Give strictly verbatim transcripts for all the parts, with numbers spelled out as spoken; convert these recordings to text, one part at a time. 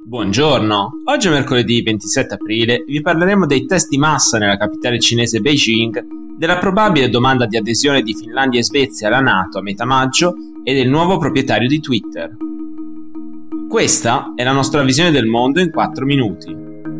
Buongiorno, oggi è mercoledì ventisette aprile, vi parleremo dei test di massa nella capitale cinese Beijing, della probabile domanda di adesione di Finlandia e Svezia alla NATO a metà maggio e del nuovo proprietario di Twitter. Questa è la nostra visione del mondo in quattro minuti.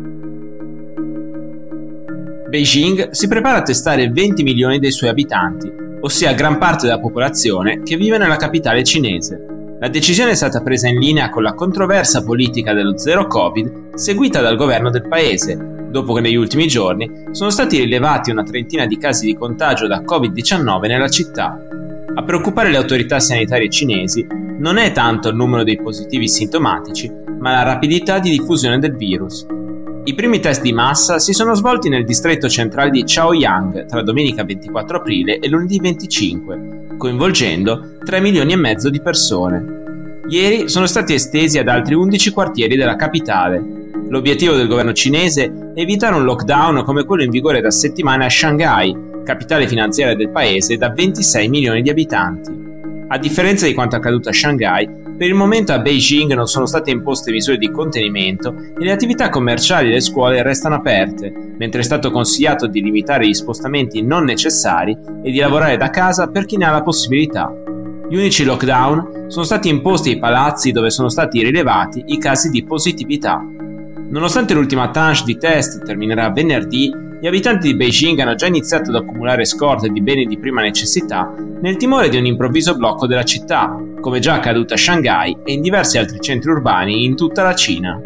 Beijing si prepara a testare venti milioni dei suoi abitanti, ossia gran parte della popolazione che vive nella capitale cinese. La decisione è stata presa in linea con la controversa politica dello zero Covid seguita dal governo del paese, dopo che negli ultimi giorni sono stati rilevati una trentina di casi di contagio da covid diciannove nella città. A preoccupare le autorità sanitarie cinesi non è tanto il numero dei positivi sintomatici, ma la rapidità di diffusione del virus. I primi test di massa si sono svolti nel distretto centrale di Chaoyang tra domenica ventiquattro aprile e lunedì venticinque, coinvolgendo tre milioni e mezzo di persone. Ieri sono stati estesi ad altri undici quartieri della capitale. L'obiettivo del governo cinese è evitare un lockdown come quello in vigore da settimane a Shanghai, capitale finanziaria del paese da ventisei milioni di abitanti. A differenza di quanto accaduto a Shanghai, per il momento a Beijing non sono state imposte misure di contenimento e le attività commerciali e le scuole restano aperte, mentre è stato consigliato di limitare gli spostamenti non necessari e di lavorare da casa per chi ne ha la possibilità. Gli unici lockdown sono stati imposti ai palazzi dove sono stati rilevati i casi di positività. Nonostante l'ultima tranche di test terminerà venerdì, gli abitanti di Beijing hanno già iniziato ad accumulare scorte di beni di prima necessità nel timore di un improvviso blocco della città, come già accaduto a Shanghai e in diversi altri centri urbani in tutta la Cina.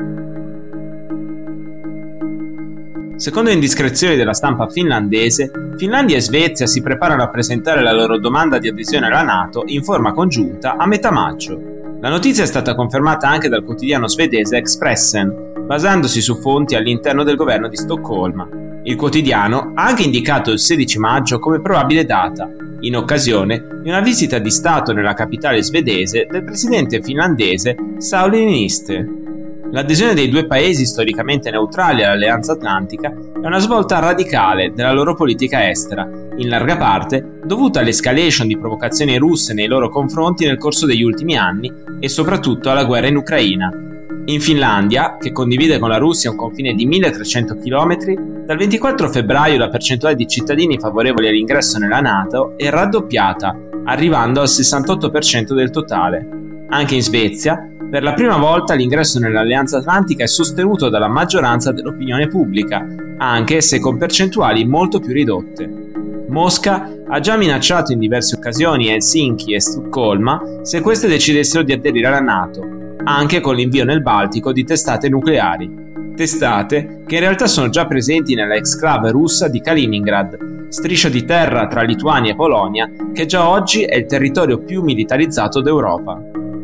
Secondo indiscrezioni della stampa finlandese, Finlandia e Svezia si preparano a presentare la loro domanda di adesione alla NATO in forma congiunta a metà maggio. La notizia è stata confermata anche dal quotidiano svedese Expressen, basandosi su fonti all'interno del governo di Stoccolma. Il quotidiano ha anche indicato il sedici maggio come probabile data, in occasione di una visita di Stato nella capitale svedese del presidente finlandese Sauli Niinistö. L'adesione dei due paesi storicamente neutrali all'Alleanza Atlantica è una svolta radicale della loro politica estera, in larga parte dovuta all'escalation di provocazioni russe nei loro confronti nel corso degli ultimi anni e soprattutto alla guerra in Ucraina. In Finlandia, che condivide con la Russia un confine di milletrecento chilometri, dal ventiquattro febbraio la percentuale di cittadini favorevoli all'ingresso nella NATO è raddoppiata, arrivando al sessantotto per cento del totale. Anche in Svezia, per la prima volta l'ingresso nell'Alleanza Atlantica è sostenuto dalla maggioranza dell'opinione pubblica, anche se con percentuali molto più ridotte. Mosca ha già minacciato in diverse occasioni Helsinki e Stoccolma se queste decidessero di aderire alla NATO, anche con l'invio nel Baltico di testate nucleari. Testate che in realtà sono già presenti nella exclave russa di Kaliningrad, striscia di terra tra Lituania e Polonia, che già oggi è il territorio più militarizzato d'Europa.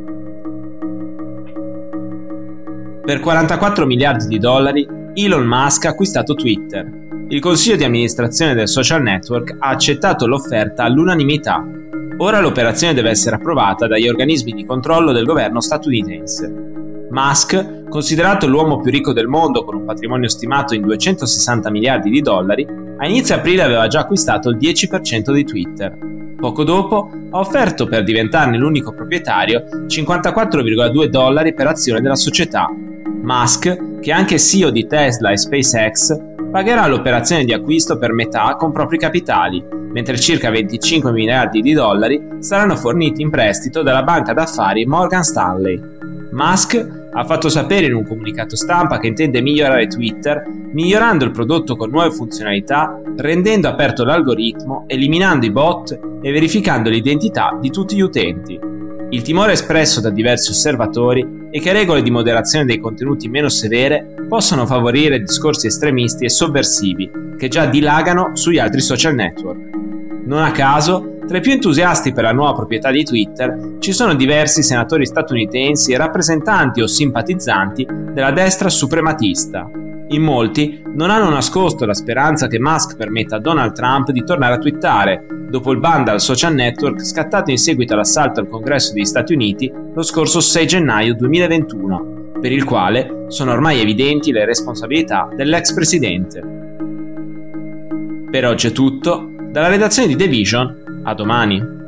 Per quarantaquattro miliardi di dollari, Elon Musk ha acquistato Twitter. Il consiglio di amministrazione del social network ha accettato l'offerta all'unanimità. Ora l'operazione deve essere approvata dagli organismi di controllo del governo statunitense. Musk, considerato l'uomo più ricco del mondo con un patrimonio stimato in duecentosessanta miliardi di dollari, a inizio aprile aveva già acquistato il dieci per cento di Twitter. Poco dopo ha offerto per diventarne l'unico proprietario cinquantaquattro virgola due dollari per azione della società. Musk, che è anche C E O di Tesla e SpaceX, pagherà l'operazione di acquisto per metà con propri capitali, mentre circa venticinque miliardi di dollari saranno forniti in prestito dalla banca d'affari Morgan Stanley. Musk ha fatto sapere in un comunicato stampa che intende migliorare Twitter, migliorando il prodotto con nuove funzionalità, rendendo aperto l'algoritmo, eliminando i bot e verificando l'identità di tutti gli utenti. Il timore espresso da diversi osservatori è che regole di moderazione dei contenuti meno severe possano favorire discorsi estremisti e sovversivi che già dilagano sugli altri social network. Non a caso, tra i più entusiasti per la nuova proprietà di Twitter ci sono diversi senatori statunitensi e rappresentanti o simpatizzanti della destra suprematista. In molti non hanno nascosto la speranza che Musk permetta a Donald Trump di tornare a twittare, dopo il ban dal social network scattato in seguito all'assalto al Congresso degli Stati Uniti lo scorso sei gennaio duemilaventuno, per il quale sono ormai evidenti le responsabilità dell'ex presidente. Per oggi è tutto, dalla redazione di The Vision, a domani.